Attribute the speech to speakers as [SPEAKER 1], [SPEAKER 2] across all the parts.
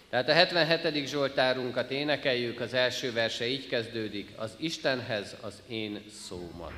[SPEAKER 1] Tehát a 77. Zsoltárunkat énekeljük, az első verse így kezdődik: az Istenhez az én szómat.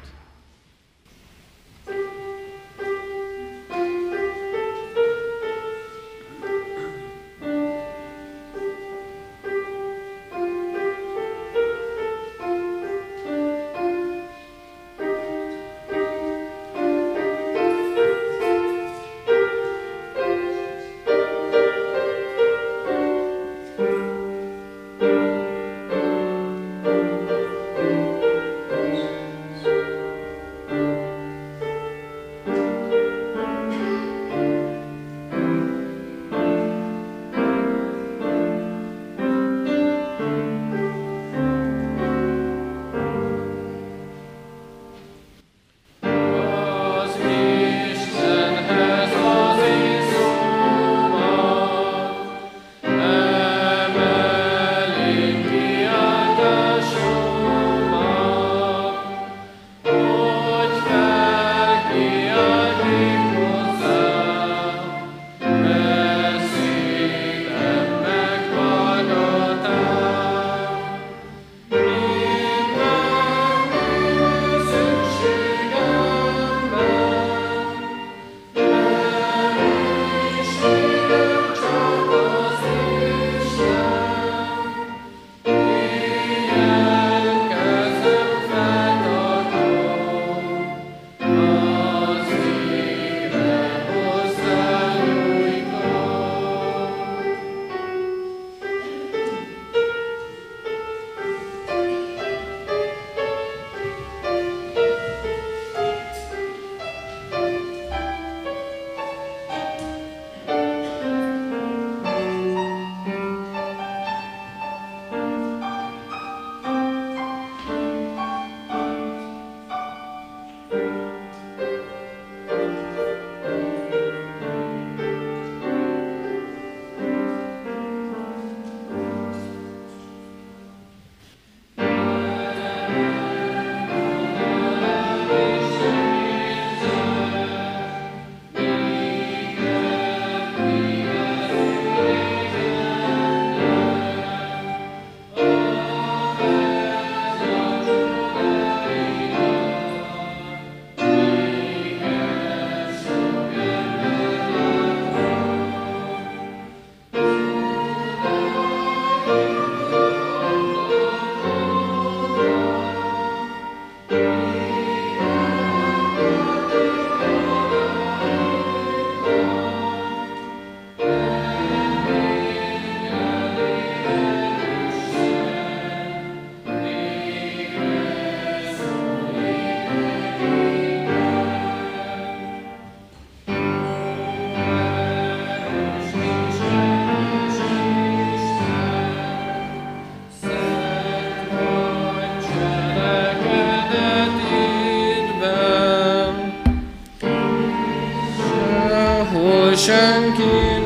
[SPEAKER 2] senki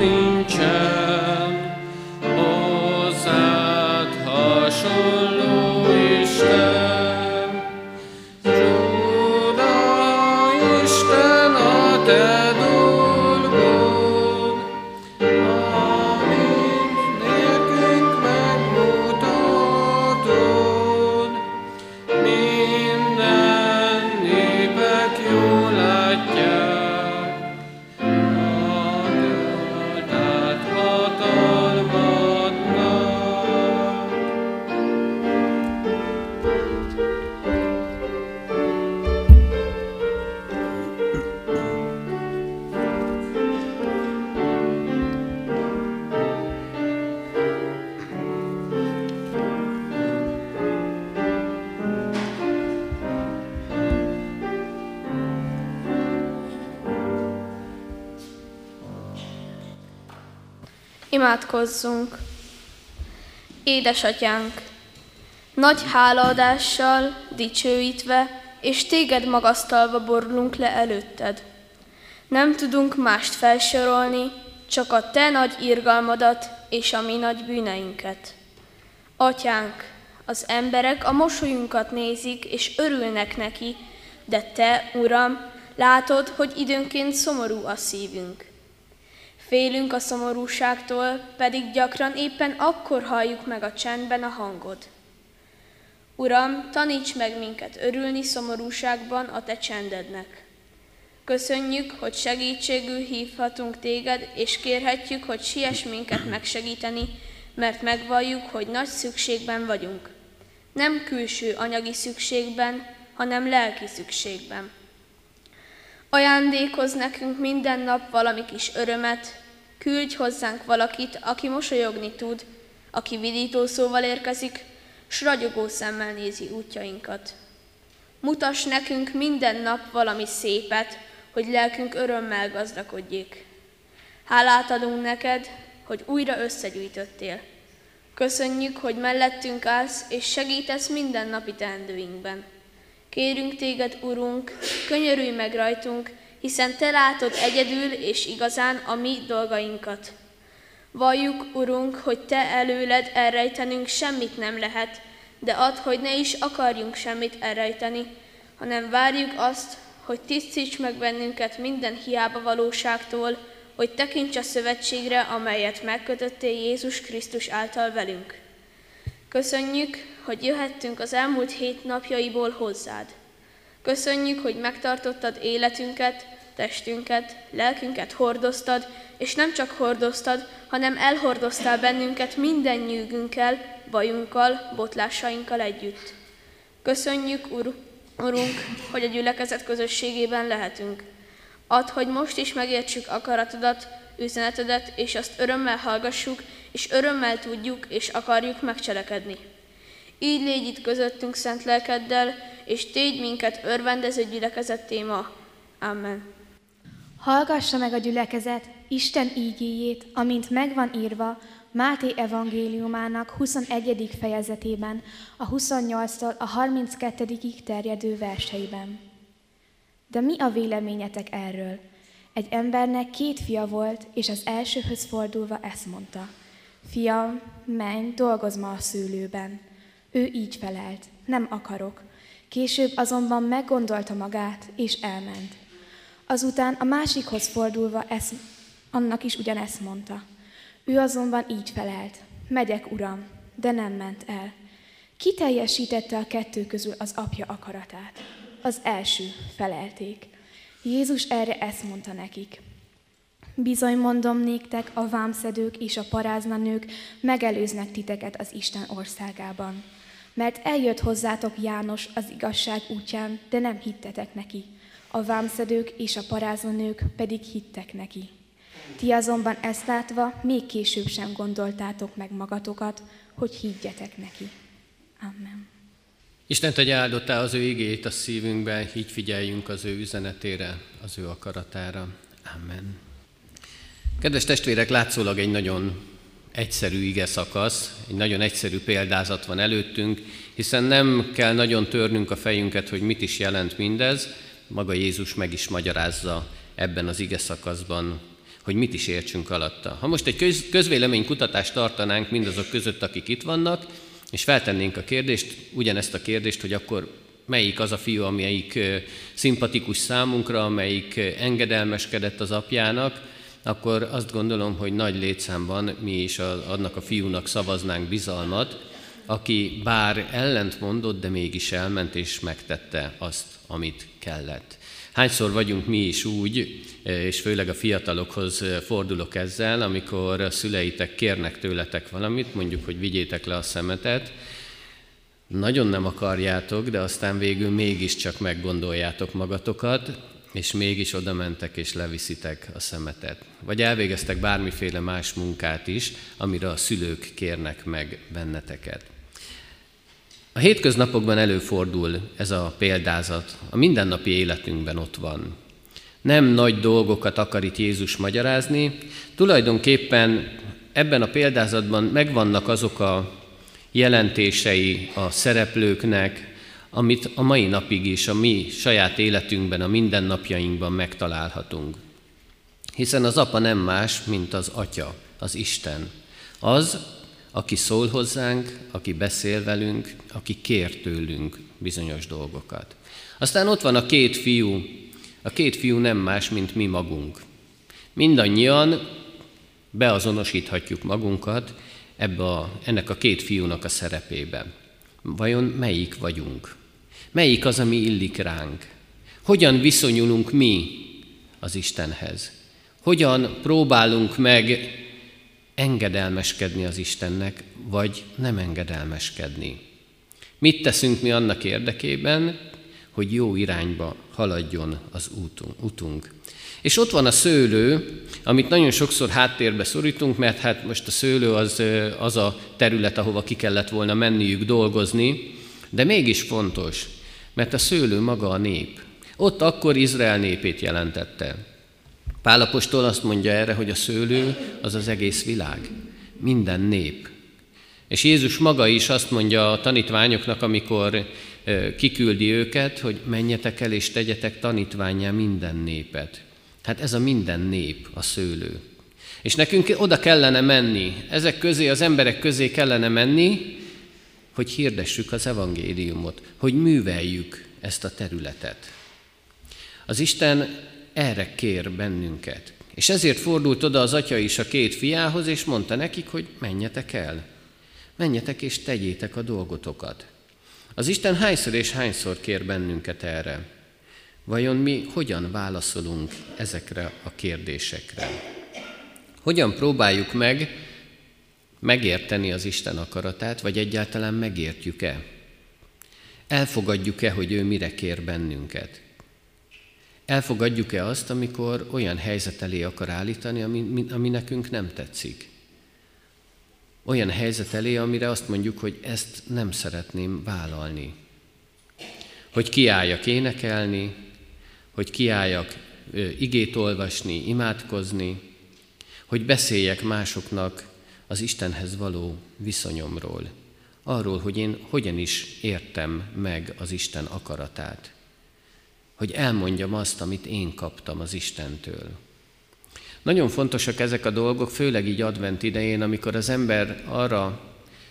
[SPEAKER 2] nincsen, hozzád hasonló Isten. Csoda Isten a te dolgod, amint nékünk megmutatod. Minden népek jól látják,
[SPEAKER 3] Imádkozzunk! Édesatyánk, nagy hálaadással, dicsőítve és téged magasztalva borulunk le előtted. Nem tudunk mást felsorolni, csak a te nagy irgalmadat és a mi nagy bűneinket. Atyánk, az emberek a mosolyunkat nézik és örülnek neki, de te, Uram, látod, hogy időnként szomorú a szívünk. Félünk a szomorúságtól, pedig gyakran éppen akkor halljuk meg a csendben a hangod. Uram, taníts meg minket örülni szomorúságban a te csendednek. Köszönjük, hogy segítségül hívhatunk téged, és kérhetjük, hogy siess minket megsegíteni, mert megvalljuk, hogy nagy szükségben vagyunk. Nem külső anyagi szükségben, hanem lelki szükségben. Ajándékozz nekünk minden nap valami kis örömet, küldj hozzánk valakit, aki mosolyogni tud, aki vidító szóval érkezik, s ragyogó szemmel nézi útjainkat. Mutass nekünk minden nap valami szépet, hogy lelkünk örömmel gazdagodjék. Hálát adunk neked, hogy újra összegyűjtöttél. Köszönjük, hogy mellettünk állsz, és segítesz minden napi teendőinkben. Kérünk téged, Urunk, könyörülj meg rajtunk, hiszen te látod egyedül és igazán a mi dolgainkat. Valljuk, Urunk, hogy te előled elrejtenünk semmit nem lehet, de add, hogy ne is akarjunk semmit elrejteni, hanem várjuk azt, hogy tisztíts meg bennünket minden hiába valóságtól, hogy tekints a szövetségre, amelyet megkötöttél Jézus Krisztus által velünk. Köszönjük, hogy jöhettünk az elmúlt 7 napjaiból hozzád. Köszönjük, hogy megtartottad életünket, testünket, lelkünket hordoztad, és nem csak hordoztad, hanem elhordoztál bennünket minden nyűgünkkel, bajunkkal, botlásainkkal együtt. Köszönjük, Urunk, hogy a gyülekezet közösségében lehetünk. Add, hogy most is megértsük akaratodat, üzenetedet, és azt örömmel hallgassuk, és örömmel tudjuk, és akarjuk megcselekedni. Így légy itt közöttünk szent lelkeddel, és tégy minket örvendező gyülekezetté ma. Amen.
[SPEAKER 4] Hallgassa meg a gyülekezet Isten ígéjét, amint megvan írva Máté evangéliumának 21. fejezetében, a 28-tól a 32. terjedő verseiben. De mi a véleményetek erről? Egy embernek 2 fia volt, és az elsőhöz fordulva ezt mondta: Fiam, menj, dolgozz ma a szőlőben. Ő így felelt: nem akarok. Később azonban meggondolta magát, és elment. Azután a másikhoz fordulva annak is ugyanezt mondta. Ő azonban így felelt: megyek, uram, de nem ment el. Ki teljesítette a 2 közül az apja akaratát? Az első, felelték. Jézus erre ezt mondta nekik: bizony mondom néktek, a vámszedők és a paráznanők megelőznek titeket az Isten országában. Mert eljött hozzátok János az igazság útján, de nem hittetek neki. A vámszedők és a paráznanők pedig hittek neki. Ti azonban ezt látva még később sem gondoltátok meg magatokat, hogy higgyetek neki. Amen.
[SPEAKER 1] Isten tegye áldottá az ő igéjét a szívünkben, így figyeljünk az ő üzenetére, az ő akaratára. Amen. Kedves testvérek, látszólag egy nagyon egyszerű ige szakasz, egy nagyon egyszerű példázat van előttünk, hiszen nem kell nagyon törnünk a fejünket, hogy mit is jelent mindez. Maga Jézus meg is magyarázza ebben az ige szakaszban, hogy mit is értsünk alatta. Ha most egy közvéleménykutatást tartanánk mindazok között, akik itt vannak, és feltennénk a kérdést, ugyanezt a kérdést, hogy akkor melyik az a fiú, amelyik szimpatikus számunkra, amelyik engedelmeskedett az apjának, akkor azt gondolom, hogy nagy létszámban mi is annak a fiúnak szavaznánk bizalmat, aki bár ellent mondott, de mégis elment és megtette azt, amit kellett. Hányszor vagyunk mi is úgy, és főleg a fiatalokhoz fordulok ezzel, amikor a szüleitek kérnek tőletek valamit, mondjuk, hogy vigyétek le a szemetet, nagyon nem akarjátok, de aztán végül mégiscsak meggondoljátok magatokat, és mégis oda mentek és leviszitek a szemetet. Vagy elvégeztek bármiféle más munkát is, amire a szülők kérnek meg benneteket. A hétköznapokban előfordul ez a példázat, a mindennapi életünkben ott van. Nem nagy dolgokat akar itt Jézus magyarázni, tulajdonképpen ebben a példázatban megvannak azok a jelentései a szereplőknek, amit a mai napig is a mi saját életünkben, a mindennapjainkban megtalálhatunk. Hiszen az apa nem más, mint az Atya, az Isten. Az, aki szól hozzánk, aki beszél velünk, aki kér tőlünk bizonyos dolgokat. Aztán ott van a 2 fiú. A 2 fiú nem más, mint mi magunk. Mindannyian beazonosíthatjuk magunkat ennek a két fiúnak a szerepébe. Vajon melyik vagyunk? Melyik az, ami illik ránk? Hogyan viszonyulunk mi az Istenhez? Hogyan próbálunk meg engedelmeskedni az Istennek, vagy nem engedelmeskedni? Mit teszünk mi annak érdekében, hogy jó irányba haladjon az útunk? És ott van a szőlő, amit nagyon sokszor háttérbe szorítunk, mert hát most a szőlő az a terület, ahova ki kellett volna menniük dolgozni, de mégis fontos, mert a szőlő maga a nép. Ott akkor Izrael népét jelentette. Pál apostol azt mondja erre, hogy a szőlő az az egész világ, minden nép. És Jézus maga is azt mondja a tanítványoknak, amikor kiküldi őket, hogy menjetek el és tegyetek tanítvánnyá minden népet. Hát ez a minden nép, a szőlő. És nekünk oda kellene menni, ezek közé, az emberek közé kellene menni, hogy hirdessük az evangéliumot, hogy műveljük ezt a területet. Az Isten erre kér bennünket. És ezért fordult oda az atya is a két fiához, és mondta nekik, hogy menjetek el. Menjetek és tegyétek a dolgotokat. Az Isten hányszor és hányszor kér bennünket erre? Vajon mi hogyan válaszolunk ezekre a kérdésekre? Hogyan próbáljuk megérteni az Isten akaratát, vagy egyáltalán megértjük-e? Elfogadjuk-e, hogy ő mire kér bennünket? Elfogadjuk-e azt, amikor olyan helyzet elé akar állítani, ami nekünk nem tetszik? Olyan helyzet elé, amire azt mondjuk, hogy ezt nem szeretném vállalni. Hogy kiálljak énekelni, hogy kiálljak igét olvasni, imádkozni, hogy beszéljek másoknak az Istenhez való viszonyomról, arról, hogy én hogyan is értem meg az Isten akaratát, hogy elmondjam azt, amit én kaptam az Istentől. Nagyon fontosak ezek a dolgok, főleg így advent idején, amikor az ember arra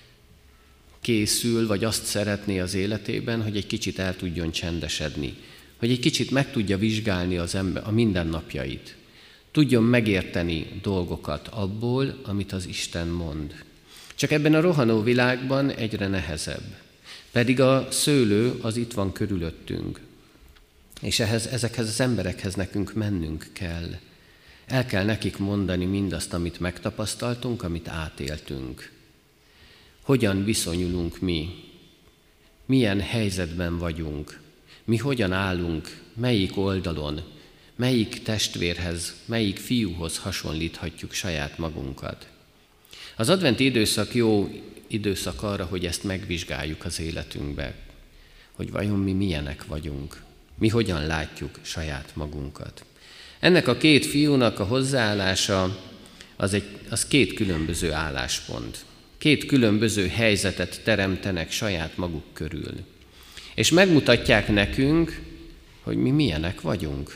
[SPEAKER 1] készül, vagy azt szeretné az életében, hogy egy kicsit el tudjon csendesedni, hogy egy kicsit meg tudja vizsgálni az ember a mindennapjait, tudjon megérteni dolgokat abból, amit az Isten mond. Csak ebben a rohanó világban egyre nehezebb. Pedig a szőlő az itt van körülöttünk. És ezekhez az emberekhez nekünk mennünk kell. El kell nekik mondani mindazt, amit megtapasztaltunk, amit átéltünk. Hogyan viszonyulunk mi? Milyen helyzetben vagyunk? Mi hogyan állunk? Melyik oldalon? Melyik testvérhez, melyik fiúhoz hasonlíthatjuk saját magunkat? Az adventi időszak jó időszak arra, hogy ezt megvizsgáljuk az életünkbe. Hogy vajon mi milyenek vagyunk? Mi hogyan látjuk saját magunkat? Ennek a két fiúnak a hozzáállása az két különböző álláspont. Két különböző helyzetet teremtenek saját maguk körül. És megmutatják nekünk, hogy mi milyenek vagyunk.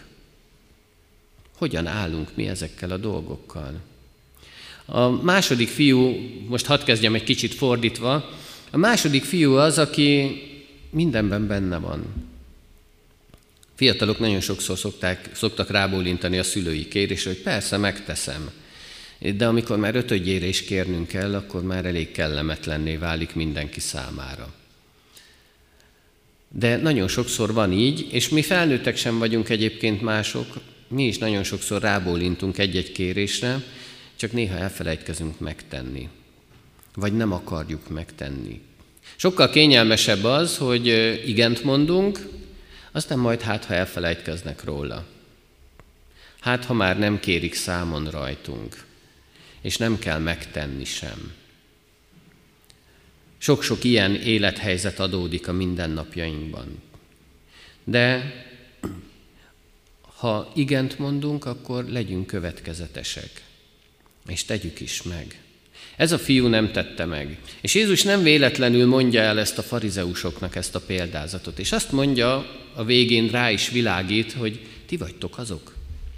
[SPEAKER 1] Hogyan állunk mi ezekkel a dolgokkal. A második fiú, most hadd kezdjem egy kicsit fordítva, a második fiú az, aki mindenben benne van. Fiatalok nagyon sokszor szoktak rábólintani a szülői kérésre, hogy persze, megteszem. De amikor már ötödjére is kérnünk kell, akkor már elég kellemetlenné válik mindenki számára. De nagyon sokszor van így, és mi felnőttek sem vagyunk egyébként mások, mi is nagyon sokszor rábólintunk egy-egy kérésre, csak néha elfelejtkezünk megtenni, vagy nem akarjuk megtenni. Sokkal kényelmesebb az, hogy igent mondunk, aztán majd ha elfelejtkeznek róla. Ha már nem kérik számon rajtunk, és nem kell megtenni sem. Sok-sok ilyen élethelyzet adódik a mindennapjainkban. De ha igent mondunk, akkor legyünk következetesek, és tegyük is meg. Ez a fiú nem tette meg. És Jézus nem véletlenül mondja el ezt a farizeusoknak ezt a példázatot. És azt mondja, a végén rá is világít, hogy ti vagytok azok.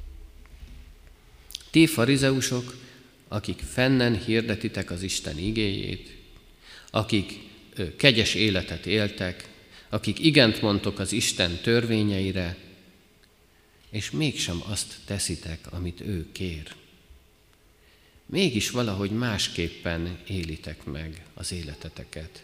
[SPEAKER 1] Ti farizeusok, akik fennen hirdetitek az Isten igéjét, akik kegyes életet éltek, akik igent mondtok az Isten törvényeire, és mégsem azt teszitek, amit ő kér. mégis valahogy másképpen élitek meg az életeteket.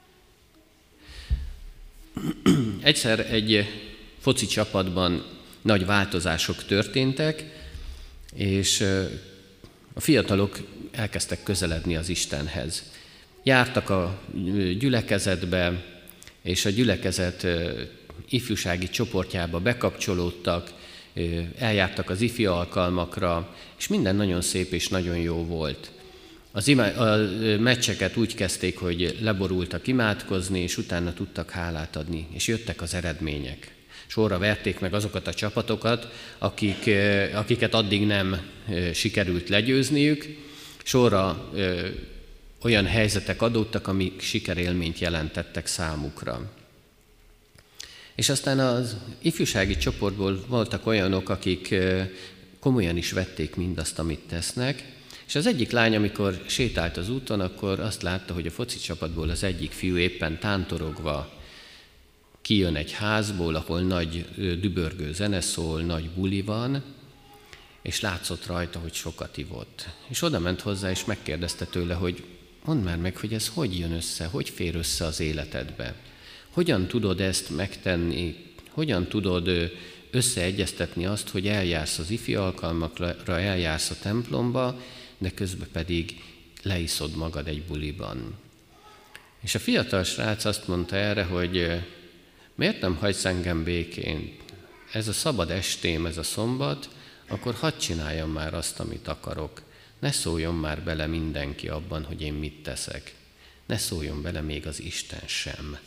[SPEAKER 1] Egyszer egy foci csapatban nagy változások történtek, és a fiatalok elkezdtek közeledni az Istenhez. Jártak a gyülekezetbe, és a gyülekezet ifjúsági csoportjába bekapcsolódtak, eljártak az ifi alkalmakra, és minden nagyon szép és nagyon jó volt. A meccseket úgy kezdték, hogy leborultak imádkozni, és utána tudtak hálát adni, és jöttek az eredmények. Sorra verték meg azokat a csapatokat, akiket addig nem sikerült legyőzniük. Sorra olyan helyzetek adódtak, amik sikerélményt jelentettek számukra. És aztán az ifjúsági csoportból voltak olyanok, akik komolyan is vették mindazt, amit tesznek, és az egyik lány, amikor sétált az úton, akkor azt látta, hogy a foci csapatból az egyik fiú éppen tántorogva kijön egy házból, ahol nagy dübörgő zene szól, nagy buli van, és látszott rajta, hogy sokat ivott. És oda ment hozzá, és megkérdezte tőle, hogy mondd már meg, hogy ez hogy jön össze, hogy fér össze az életedbe. Hogyan tudod ezt megtenni, hogyan tudod összeegyeztetni azt, hogy eljársz az ifi alkalmakra, eljársz a templomba, de közben pedig leiszod magad egy buliban. És a fiatal srác azt mondta erre, hogy miért nem hagysz engem békén? Ez a szabad estém, ez a szombat, akkor hadd csináljam már azt, amit akarok. Ne szóljon már bele mindenki abban, hogy én mit teszek. Ne szóljon bele még az Isten sem.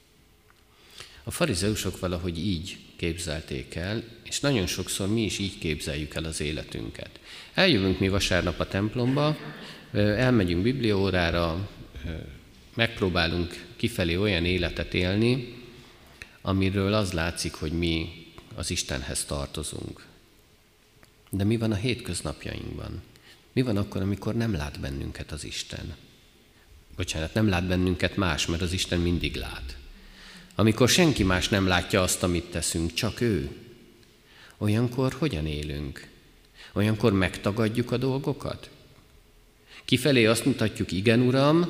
[SPEAKER 1] A farizeusok valahogy így képzelték el, és nagyon sokszor mi is így képzeljük el az életünket. Eljövünk mi vasárnap a templomba, elmegyünk bibliaórára, megpróbálunk kifelé olyan életet élni, amiről az látszik, hogy mi az Istenhez tartozunk. De mi van a hétköznapjainkban? Mi van akkor, amikor nem lát bennünket az Isten? Bocsánat, nem lát bennünket más, mert az Isten mindig lát. Amikor senki más nem látja azt, amit teszünk, csak ő. Olyankor hogyan élünk? Olyankor megtagadjuk a dolgokat? Kifelé azt mutatjuk, igen, Uram,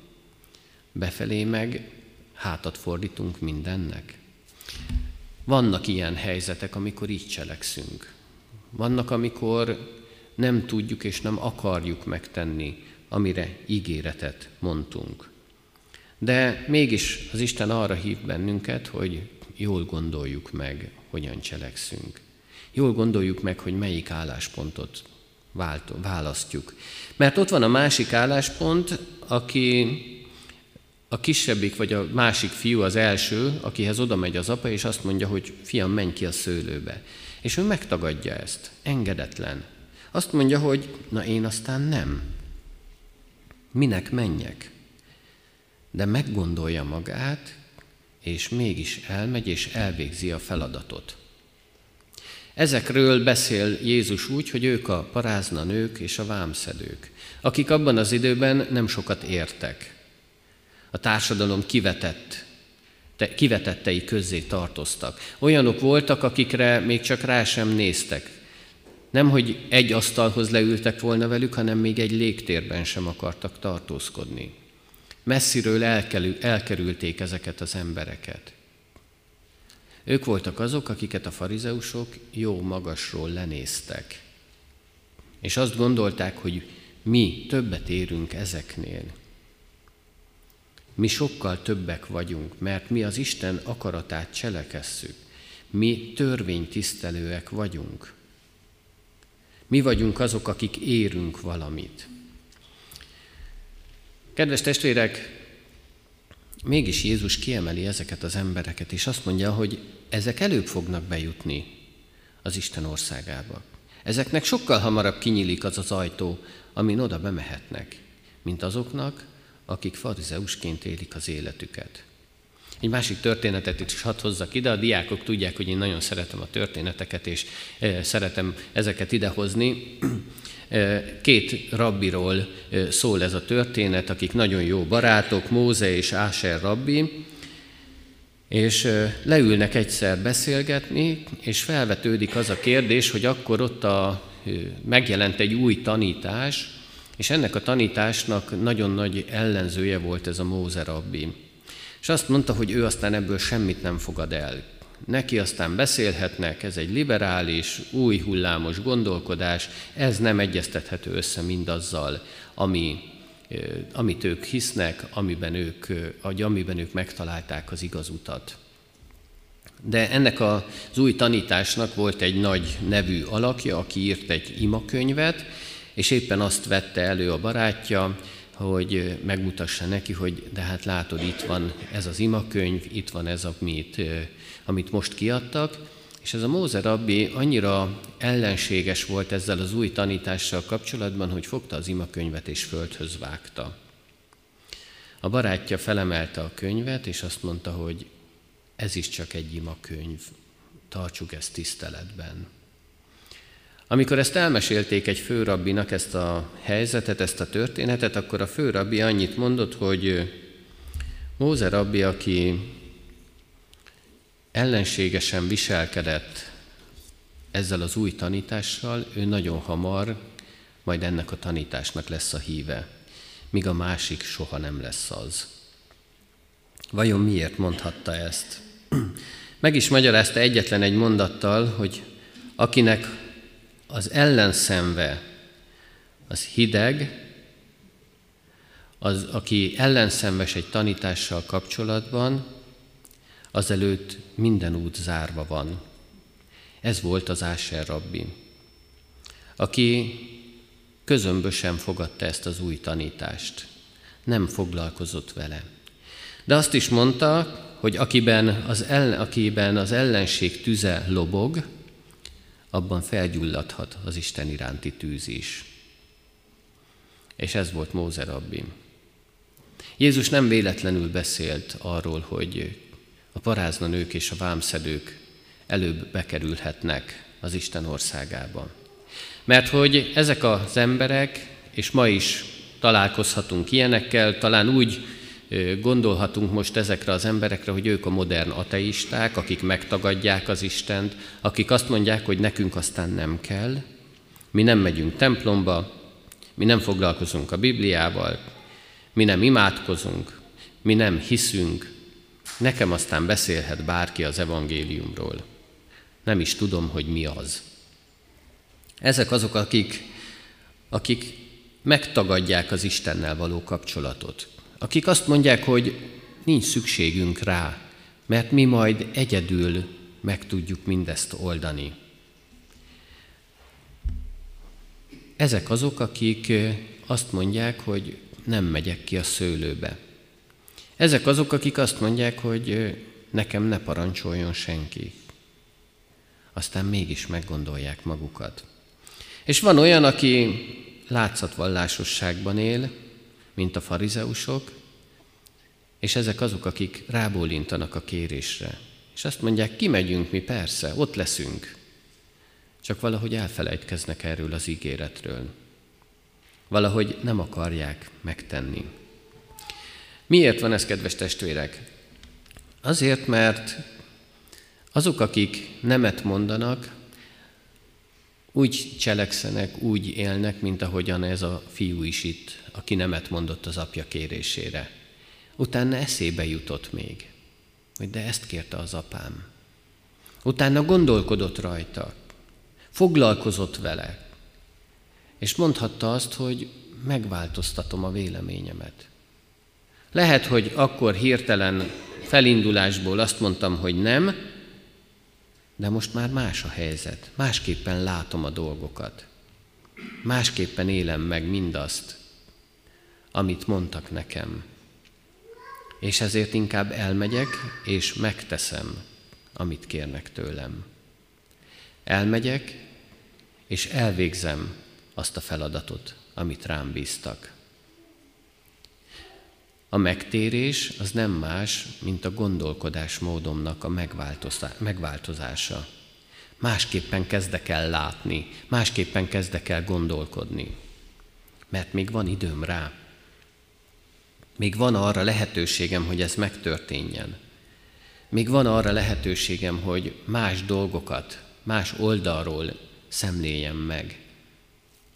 [SPEAKER 1] befelé meg hátat fordítunk mindennek. Vannak ilyen helyzetek, amikor így cselekszünk. Vannak, amikor nem tudjuk és nem akarjuk megtenni, amire ígéretet mondtunk. De mégis az Isten arra hív bennünket, hogy jól gondoljuk meg, hogyan cselekszünk. Jól gondoljuk meg, hogy melyik álláspontot választjuk. Mert ott van a másik álláspont, aki a kisebbik vagy a másik fiú az első, akihez oda megy az apa, és azt mondja, hogy fiam, menj ki a szőlőbe. És ő megtagadja ezt, engedetlen. Azt mondja, hogy na én aztán nem. Minek menjek? De meggondolja magát, és mégis elmegy, és elvégzi a feladatot. Ezekről beszél Jézus úgy, hogy ők a parázna nők és a vámszedők, akik abban az időben nem sokat értek. A társadalom kivetettei közzé tartoztak. Olyanok voltak, akikre még csak rá sem néztek. Nem, hogy egy asztalhoz leültek volna velük, hanem még egy légtérben sem akartak tartózkodni. Messziről elkerülték ezeket az embereket. Ők voltak azok, akiket a farizeusok jó magasról lenéztek. És azt gondolták, hogy mi többet érünk ezeknél. Mi sokkal többek vagyunk, mert mi az Isten akaratát cselekesszük. Mi törvénytisztelőek vagyunk. Mi vagyunk azok, akik érünk valamit. Kedves testvérek, mégis Jézus kiemeli ezeket az embereket, és azt mondja, hogy ezek előbb fognak bejutni az Isten országába. Ezeknek sokkal hamarabb kinyílik az az ajtó, amin oda bemehetnek, mint azoknak, akik farizeusként élik az életüket. Egy másik történetet is hadd hozzak ide, a diákok tudják, hogy én nagyon szeretem a történeteket, és szeretem ezeket idehozni. Két rabbiról szól ez a történet, akik nagyon jó barátok, Móze és Áser rabbi, és leülnek egyszer beszélgetni, és felvetődik az a kérdés, hogy akkor ott megjelent egy új tanítás, és ennek a tanításnak nagyon nagy ellenzője volt ez a Móze rabbi. És azt mondta, hogy ő aztán ebből semmit nem fogad el. Neki aztán beszélhetnek, ez egy liberális, új hullámos gondolkodás, ez nem egyeztethető össze mindazzal, amit ők hisznek, amiben ők megtalálták az igaz utat. De ennek az új tanításnak volt egy nagy nevű alakja, aki írt egy imakönyvet, és éppen azt vette elő a barátja, hogy megmutassa neki, hogy de hát látod, itt van ez az imakönyv, itt van ez, amit most kiadtak, és ez a Móze rabbi annyira ellenséges volt ezzel az új tanítással kapcsolatban, hogy fogta az imakönyvet és földhöz vágta. A barátja felemelte a könyvet, és azt mondta, hogy ez is csak egy imakönyv, tartsuk ezt tiszteletben. Amikor ezt elmesélték egy főrabbinak, ezt a helyzetet, ezt a történetet, akkor a főrabbi annyit mondott, hogy Móze rabbi, aki ellenségesen viselkedett ezzel az új tanítással, ő nagyon hamar majd ennek a tanításnak lesz a híve, míg a másik soha nem lesz az. Vajon miért mondhatta ezt? Meg is magyarázta egyetlen egy mondattal, hogy akinek az ellenszenve az hideg, aki ellenszenves egy tanítással kapcsolatban, azelőtt minden út zárva van. Ez volt az Áser rabbi, aki közömbösen fogadta ezt az új tanítást, nem foglalkozott vele. De azt is mondta, hogy akiben az ellenség tüze lobog, abban felgyulladhat az Isten iránti tűz is. És ez volt Móze rabbi. Jézus nem véletlenül beszélt arról, hogy a paráznanők és a vámszedők előbb bekerülhetnek az Isten országába. Mert hogy ezek az emberek, és ma is találkozhatunk ilyenekkel, talán úgy gondolhatunk most ezekre az emberekre, hogy ők a modern ateisták, akik megtagadják az Istent, akik azt mondják, hogy nekünk aztán nem kell, mi nem megyünk templomba, mi nem foglalkozunk a Bibliával, mi nem imádkozunk, mi nem hiszünk, nekem aztán beszélhet bárki az evangéliumról. Nem is tudom, hogy mi az. Ezek azok, akik megtagadják az Istennel való kapcsolatot. Akik azt mondják, hogy nincs szükségünk rá, mert mi majd egyedül meg tudjuk mindezt oldani. Ezek azok, akik azt mondják, hogy nem megyek ki a szőlőbe. Ezek azok, akik azt mondják, hogy nekem ne parancsoljon senki. Aztán mégis meggondolják magukat. És van olyan, aki látszatvallásosságban él, mint a farizeusok, és ezek azok, akik rábólintanak a kérésre. És azt mondják, kimegyünk mi, persze, ott leszünk. Csak valahogy elfelejtkeznek erről az ígéretről. Valahogy nem akarják megtenni. Miért van ez, kedves testvérek? Azért, mert azok, akik nemet mondanak, úgy cselekszenek, úgy élnek, mint ahogyan ez a fiú is itt, aki nemet mondott az apja kérésére. Utána eszébe jutott még, hogy de ezt kérte az apám. Utána gondolkodott rajta, foglalkozott vele, és mondhatta azt, hogy megváltoztatom a véleményemet. Lehet, hogy akkor hirtelen felindulásból azt mondtam, hogy nem, de most már más a helyzet, másképpen látom a dolgokat. Másképpen élem meg mindazt, amit mondtak nekem. És ezért inkább elmegyek, és megteszem, amit kérnek tőlem. Elmegyek, és elvégzem azt a feladatot, amit rám bíztak. A megtérés az nem más, mint a gondolkodásmódomnak a megváltozása. Másképpen kezdek el látni, másképpen kezdek el gondolkodni. Mert még van időm rá. Még van arra lehetőségem, hogy ez megtörténjen. Még van arra lehetőségem, hogy más dolgokat, más oldalról szemléljem meg.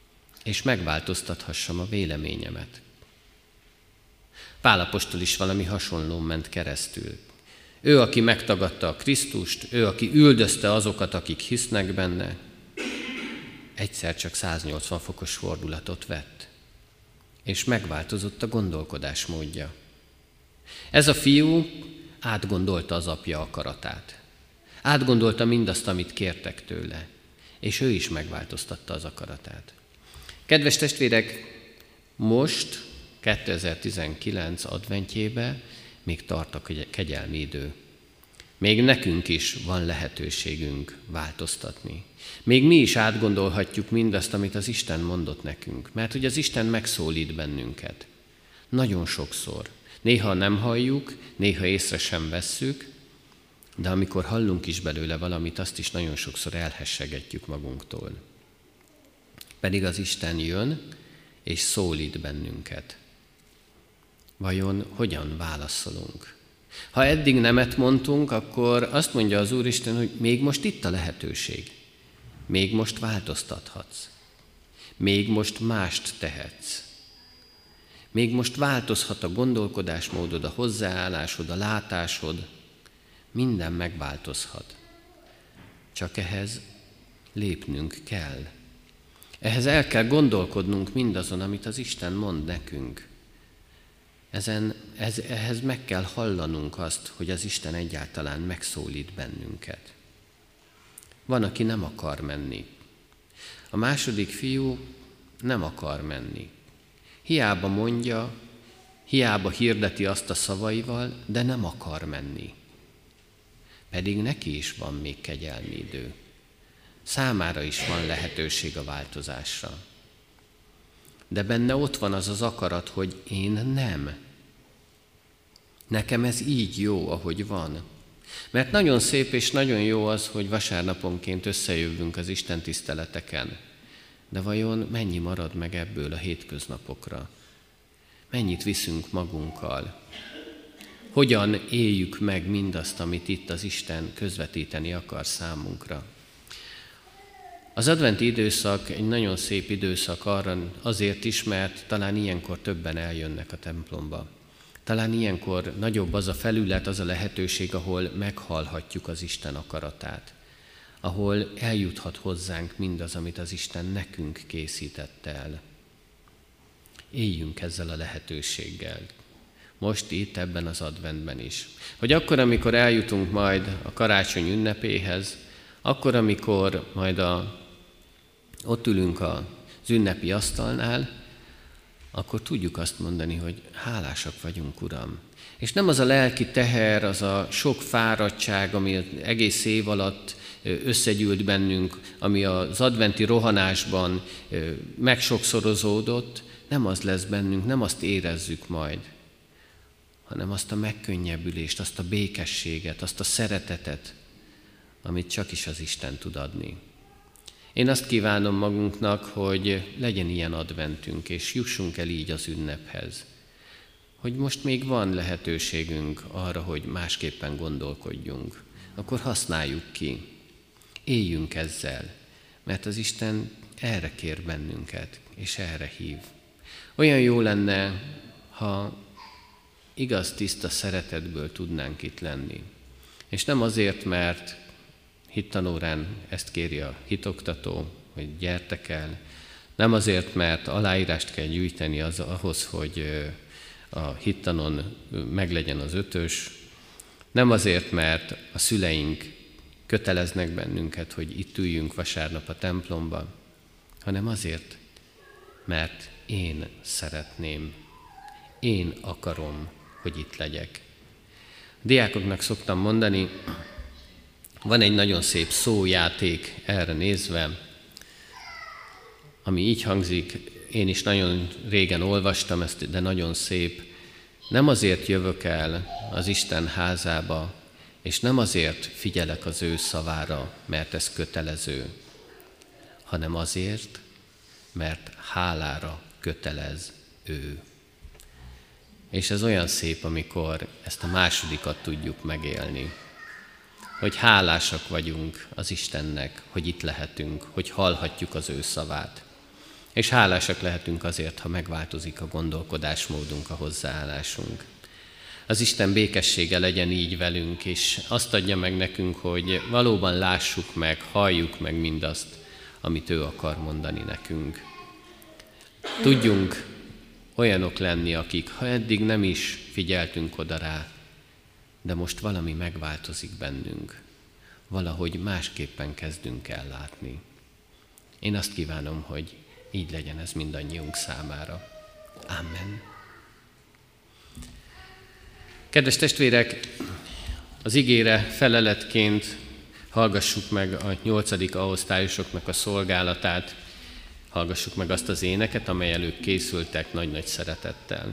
[SPEAKER 1] és megváltoztathassam a véleményemet. Pál apostol is valami hasonlón ment keresztül. Ő, aki megtagadta a Krisztust, ő, aki üldözte azokat, akik hisznek benne, egyszer csak 180 fokos fordulatot vett, és megváltozott a gondolkodásmódja. Ez a fiú átgondolta az apja akaratát. Átgondolta mindazt, amit kértek tőle, és ő is megváltoztatta az akaratát. Kedves testvérek, most 2019 adventjébe még tart a kegyelmi idő. Még nekünk is van lehetőségünk változtatni. Még mi is átgondolhatjuk mindazt, amit az Isten mondott nekünk, mert hogy az Isten megszólít bennünket. Nagyon sokszor. Néha nem halljuk, néha észre sem vesszük, de amikor hallunk is belőle valamit, azt is nagyon sokszor elhessegetjük magunktól. Pedig az Isten jön, és szólít bennünket. Vajon hogyan válaszolunk? Ha eddig nemet mondtunk, akkor azt mondja az Úristen, hogy még most itt a lehetőség. Még most változtathatsz. Még most mást tehetsz. Még most változhat a gondolkodásmódod, a hozzáállásod, a látásod. Minden megváltozhat. Csak ehhez lépnünk kell. Ehhez el kell gondolkodnunk mindazon, amit az Isten mond nekünk. Ehhez meg kell hallanunk azt, hogy az Isten egyáltalán megszólít bennünket. Van, aki nem akar menni. A második fiú nem akar menni. Hiába mondja, hiába hirdeti azt a szavaival, de nem akar menni. Pedig neki is van még kegyelmi idő. Számára is van lehetőség a változásra. De benne ott van az az akarat, hogy én nem. Nekem ez így jó, ahogy van. Mert nagyon szép és nagyon jó az, hogy vasárnaponként összejövünk az Isten tiszteleteken. De vajon mennyi marad meg ebből a hétköznapokra? Mennyit viszünk magunkkal? Hogyan éljük meg mindazt, amit itt az Isten közvetíteni akar számunkra? Az adventi időszak egy nagyon szép időszak azért is, mert talán ilyenkor többen eljönnek a templomba. Talán ilyenkor nagyobb az a felület, az a lehetőség, ahol meghallhatjuk az Isten akaratát. Ahol eljuthat hozzánk mindaz, amit az Isten nekünk készített el. Éljünk ezzel a lehetőséggel. Most itt, ebben az adventben is. Hogy akkor, amikor eljutunk majd a karácsony ünnepéhez, akkor, amikor majd ott ülünk az ünnepi asztalnál, akkor tudjuk azt mondani, hogy hálásak vagyunk, Uram. És nem az a lelki teher, az a sok fáradtság, ami az egész év alatt összegyűlt bennünk, ami az adventi rohanásban megsokszorozódott, nem az lesz bennünk, nem azt érezzük majd, hanem azt a megkönnyebbülést, azt a békességet, azt a szeretetet, amit csak is az Isten tud adni. Én azt kívánom magunknak, hogy legyen ilyen adventünk, és jussunk el így az ünnephez. Hogy most még van lehetőségünk arra, hogy másképpen gondolkodjunk, akkor használjuk ki. Éljünk ezzel, mert az Isten erre kér bennünket, és erre hív. Olyan jó lenne, ha igaz, tiszta szeretetből tudnánk itt lenni. És nem azért, mert hittanórán ezt kéri a hitoktató, hogy gyertek el, nem azért, mert aláírást kell gyűjteni ahhoz, hogy a hittanon meglegyen az 5-ös, nem azért, mert a szüleink köteleznek bennünket, hogy itt üljünk vasárnap a templomba, hanem azért, mert én szeretném, én akarom, hogy itt legyek. A diákoknak szoktam mondani, van egy nagyon szép szójáték erre nézve, ami így hangzik, én is nagyon régen olvastam ezt, de nagyon szép. Nem azért jövök el az Isten házába, és nem azért figyelek az ő szavára, mert ez kötelező, hanem azért, mert hálára kötelez ő. És ez olyan szép, amikor ezt a másodikat tudjuk megélni, hogy hálásak vagyunk az Istennek, hogy itt lehetünk, hogy hallhatjuk az ő szavát. és hálásak lehetünk azért, ha megváltozik a gondolkodásmódunk, a hozzáállásunk. Az Isten békessége legyen így velünk, és azt adja meg nekünk, hogy valóban lássuk meg, halljuk meg mindazt, amit ő akar mondani nekünk. Tudjunk olyanok lenni, akik, ha eddig nem is figyeltünk oda rá, de most valami megváltozik bennünk. Valahogy másképpen kezdünk el látni. Én azt kívánom, hogy így legyen ez mindannyiunk számára. Amen. Kedves testvérek, az igére feleletként hallgassuk meg a 8. A-osztályosoknak a szolgálatát, hallgassuk meg azt az éneket, amely előtt készültek nagy-nagy szeretettel.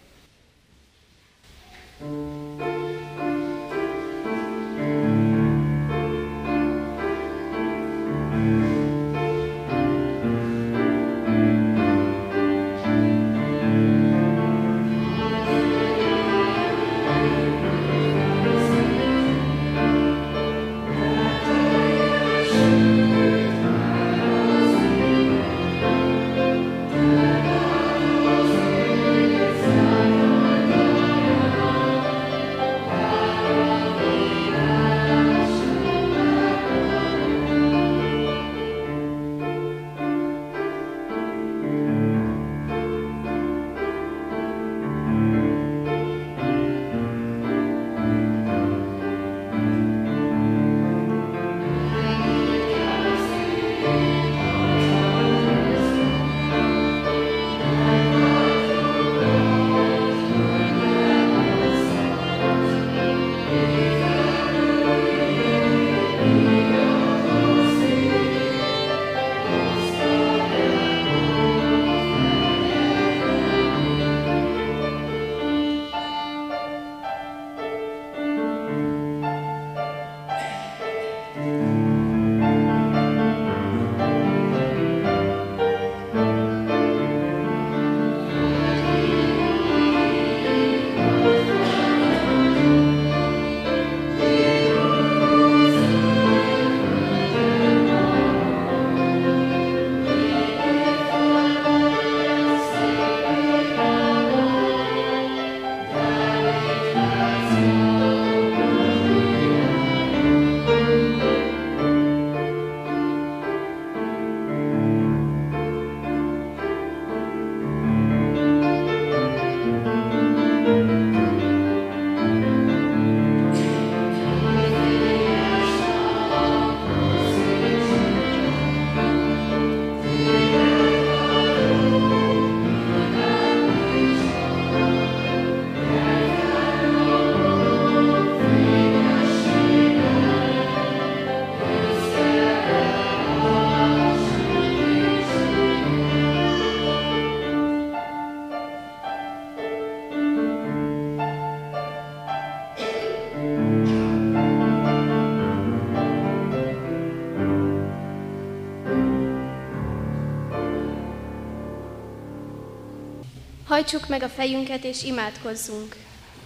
[SPEAKER 3] Hajtsuk meg a fejünket és imádkozzunk.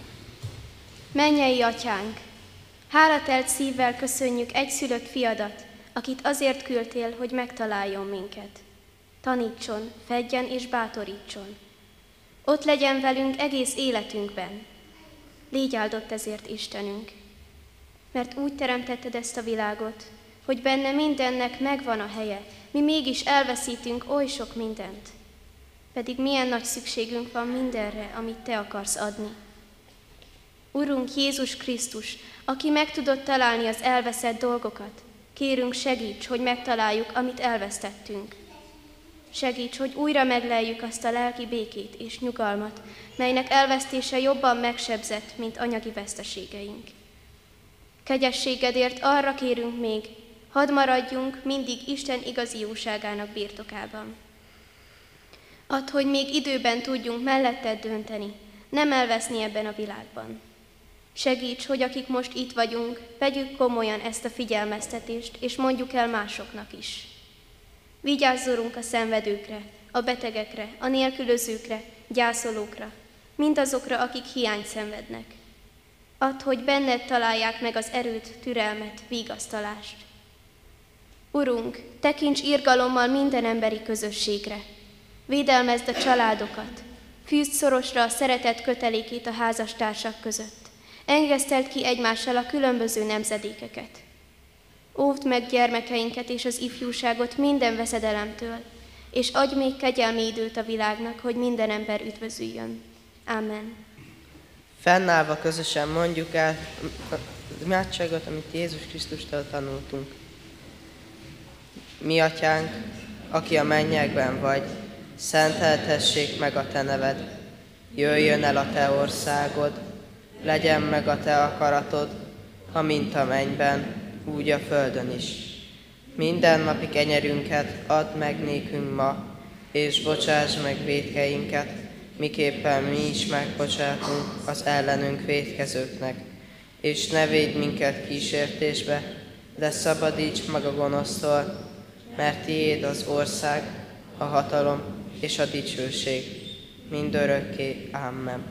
[SPEAKER 3] Mennyei Atyánk, hálatelt szívvel köszönjük egyszülött fiadat, akit azért küldtél, hogy megtaláljon minket. Tanítson, fedjen és bátorítson. Ott legyen velünk egész életünkben. Légy áldott ezért, Istenünk, mert úgy teremtetted ezt a világot, hogy benne mindennek megvan a helye, mi mégis elveszítünk oly sok mindent. Pedig milyen nagy szükségünk van mindenre, amit Te akarsz adni. Urunk Jézus Krisztus, aki meg tudott találni az elveszett dolgokat, kérünk, segíts, hogy megtaláljuk, amit elvesztettünk. Segíts, hogy újra megleljük azt a lelki békét és nyugalmat, melynek elvesztése jobban megsebzett, mint anyagi veszteségeink. Kegyességedért arra kérünk még, hadd maradjunk mindig Isten igazi jóságának birtokában. Add, hogy még időben tudjunk melletted dönteni, nem elveszni ebben a világban. Segíts, hogy akik most itt vagyunk, vegyük komolyan ezt a figyelmeztetést, és mondjuk el másoknak is. Vigyázz, Urunk, a szenvedőkre, a betegekre, a nélkülözőkre, gyászolókra, mindazokra, akik hiányt szenvednek. Add, hogy benned találják meg az erőt, türelmet, vigasztalást. Urunk, tekints irgalommal minden emberi közösségre,
[SPEAKER 5] Védelmezd a családokat. Fűzd szorosra a szeretet kötelékét a házastársak között. Engeszteld ki egymással a különböző nemzedékeket. Óvd meg gyermekeinket és az ifjúságot minden veszedelemtől, és adj még kegyelmi időt a világnak, hogy minden ember üdvözüljön. Amen.
[SPEAKER 6] Fennállva közösen mondjuk el az imádságot, amit Jézus Krisztustól tanultunk. Mi atyánk, aki a mennyekben vagy, szenteltessék meg a te neved. Jöjjön el a te országod, legyen meg a te akaratod, amint a mennyben, úgy a földön is. Mindennapi kenyerünket add meg nékünk ma, és bocsáss meg vétkeinket, miképpen mi is megbocsátunk az ellenünk vétkezőknek. És ne védj minket kísértésbe, de szabadíts meg a gonosztól, mert tiéd az ország, a hatalom és a dicsőség, mindörökké. Amen.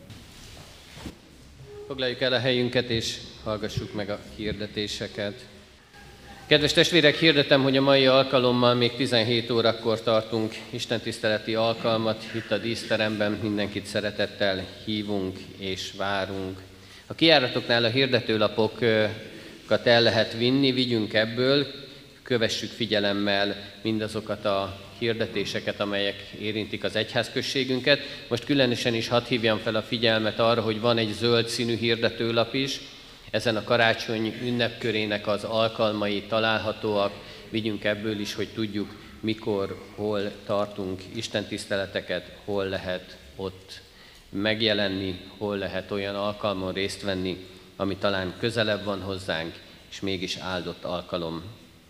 [SPEAKER 1] Foglaljuk el a helyünket, és hallgassuk meg a hirdetéseket. Kedves testvérek, hirdetem, hogy a mai alkalommal még 17 órakor tartunk istentiszteleti alkalmat itt a díszteremben. Mindenkit szeretettel hívunk és várunk. A kijáratoknál a hirdetőlapokat el lehet vinni, vigyünk ebből, kövessük figyelemmel mindazokat a hirdetéseket, amelyek érintik az egyházközségünket. Most különösen is hadd hívjam fel a figyelmet arra, hogy van egy zöld színű hirdetőlap is, ezen a karácsony ünnepkörének az alkalmai találhatóak. Vigyünk ebből is, hogy tudjuk, mikor, hol tartunk istentiszteleteket, hol lehet ott megjelenni, hol lehet olyan alkalmon részt venni, ami talán közelebb van hozzánk, és mégis áldott alkalom.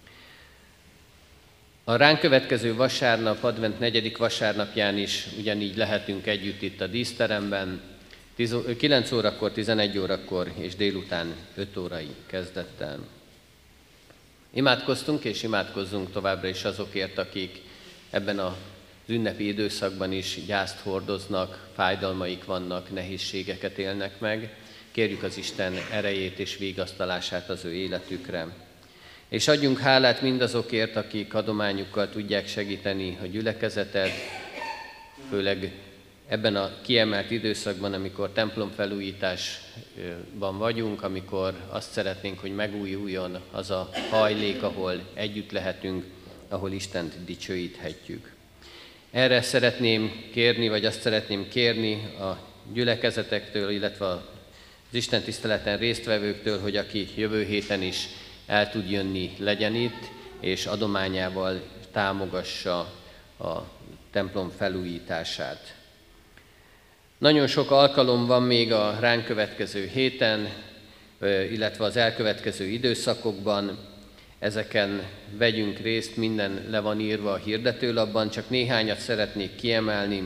[SPEAKER 1] A ránk következő vasárnap, advent 4. vasárnapján is ugyanígy lehetünk együtt itt a díszteremben, 9 órakor, 11 órakor és délután 5 órai kezdettel. Imádkoztunk és imádkozzunk továbbra is azokért, akik ebben az ünnepi időszakban is gyászt hordoznak, fájdalmaik vannak, nehézségeket élnek meg. Kérjük az Isten erejét és vigasztalását az ő életükre. És adjunk hálát mindazokért, akik adományukkal tudják segíteni a gyülekezetet, főleg ebben a kiemelt időszakban, amikor templomfelújításban vagyunk, amikor azt szeretnénk, hogy megújuljon az a hajlék, ahol együtt lehetünk, ahol Istent dicsőíthetjük. Erre szeretném kérni, vagy azt szeretném kérni a gyülekezetektől, illetve az istentiszteleten résztvevőktől, hogy aki jövő héten is el tud jönni, legyen itt, és adományával támogassa a templom felújítását. Nagyon sok alkalom van még a ránk következő héten, illetve az elkövetkező időszakokban. Ezeken vegyünk részt, minden le van írva a hirdetőlapban, csak néhányat szeretnék kiemelni.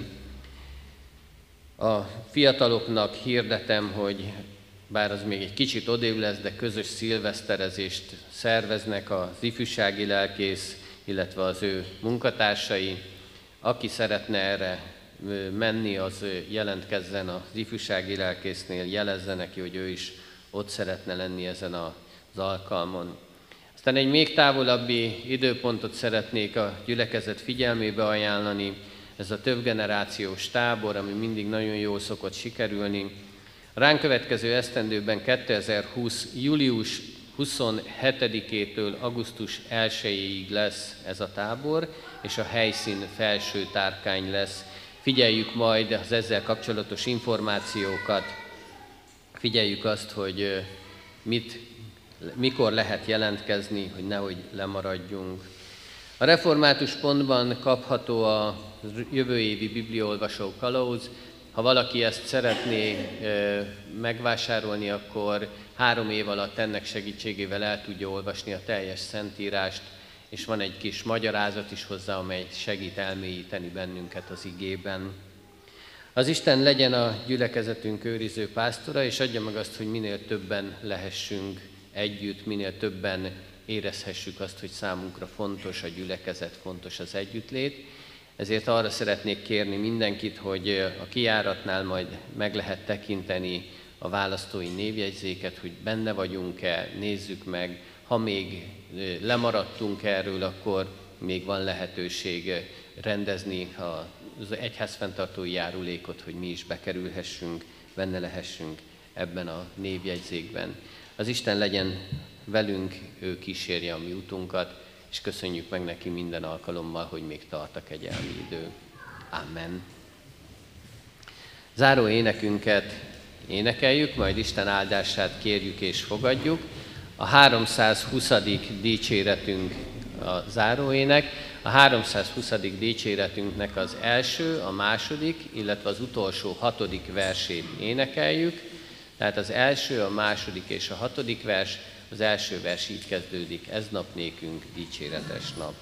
[SPEAKER 1] A fiataloknak hirdetem, hogy bár az még egy kicsit odébb lesz, de közös szilveszterezést szerveznek az ifjúsági lelkész, illetve az ő munkatársai. Aki szeretne erre menni, az jelentkezzen az ifjúsági lelkésznél, jelezze neki, hogy ő is ott szeretne lenni ezen az alkalmon. Aztán egy még távolabbi időpontot szeretnék a gyülekezet figyelmébe ajánlani, ez a többgenerációs tábor, ami mindig nagyon jól szokott sikerülni. A ránk következő esztendőben 2020. július 27-től augusztus 1-ig lesz ez a tábor, és a helyszín felső tárkány lesz. Figyeljük majd az ezzel kapcsolatos információkat, figyeljük azt, hogy mikor lehet jelentkezni, hogy nehogy lemaradjunk. A református pontban kapható a jövő évi bibliaolvasó kalauz. Ha valaki ezt szeretné megvásárolni, akkor 3 év alatt ennek segítségével el tudja olvasni a teljes Szentírást, és van egy kis magyarázat is hozzá, amely segít elmélyíteni bennünket az igében. Az Isten legyen a gyülekezetünk őriző pásztora, és adja meg azt, hogy minél többen lehessünk együtt, minél többen érezhessük azt, hogy számunkra fontos a gyülekezet, fontos az együttlét. Ezért arra szeretnék kérni mindenkit, hogy a kijáratnál majd meg lehet tekinteni a választói névjegyzéket, hogy benne vagyunk-e, nézzük meg. Ha még lemaradtunk erről, akkor még van lehetőség rendezni az egyházfenntartói járulékot, hogy mi is bekerülhessünk, benne lehessünk ebben a névjegyzékben. Az Isten legyen velünk, ő kísérje a mi utunkat, és köszönjük meg neki minden alkalommal, hogy még tart a kegyelmi idő. Amen. Záró énekünket énekeljük, majd Isten áldását kérjük és fogadjuk. A 320. dicséretünk a záróének. A 320. dicséretünknek az első, a második, illetve az utolsó 6. versét énekeljük. Tehát az első, a második és a 6. vers, az első vers így kezdődik: ez nap nékünk dicséretes nap.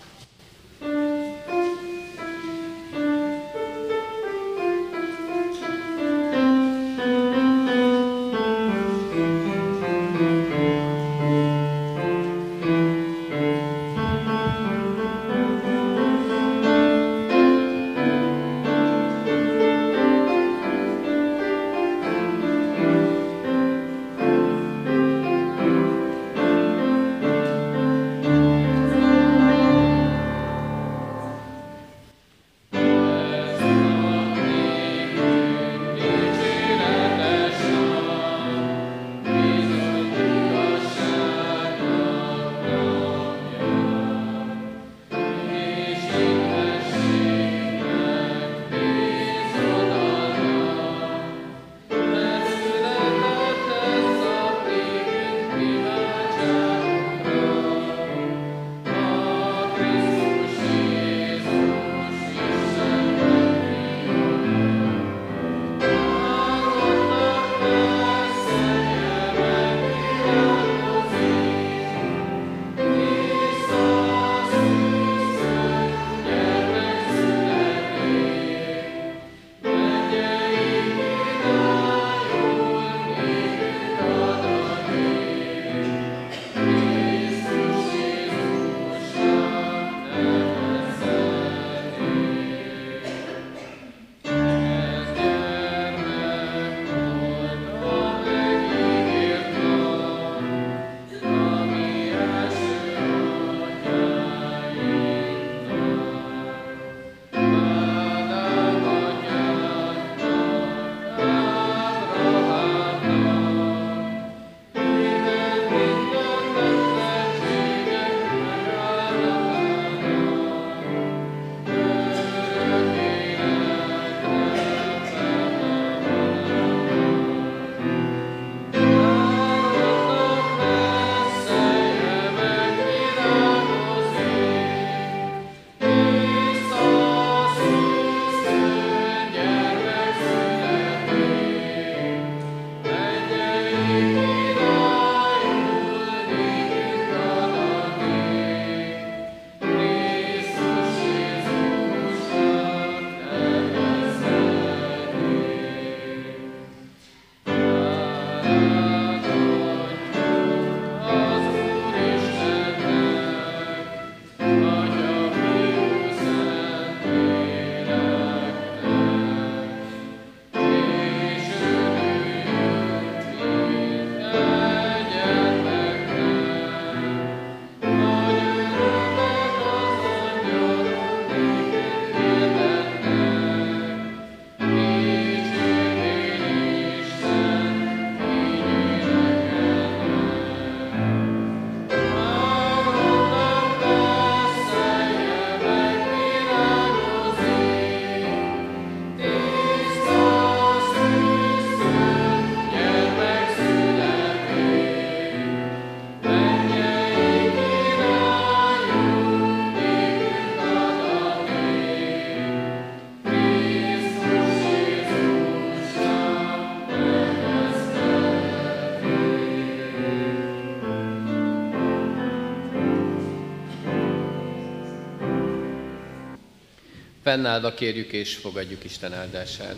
[SPEAKER 1] Fennállva kérjük és fogadjuk Isten áldását.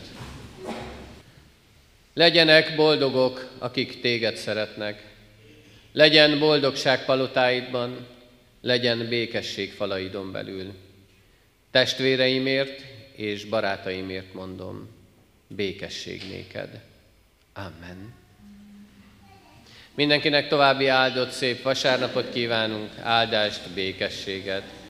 [SPEAKER 1] Legyenek boldogok, akik téged szeretnek. Legyen boldogság palotáidban, legyen békesség falaidon belül. Testvéreimért és barátaimért mondom, békesség néked. Amen. Mindenkinek további áldott szép vasárnapot kívánunk, áldást, békességet.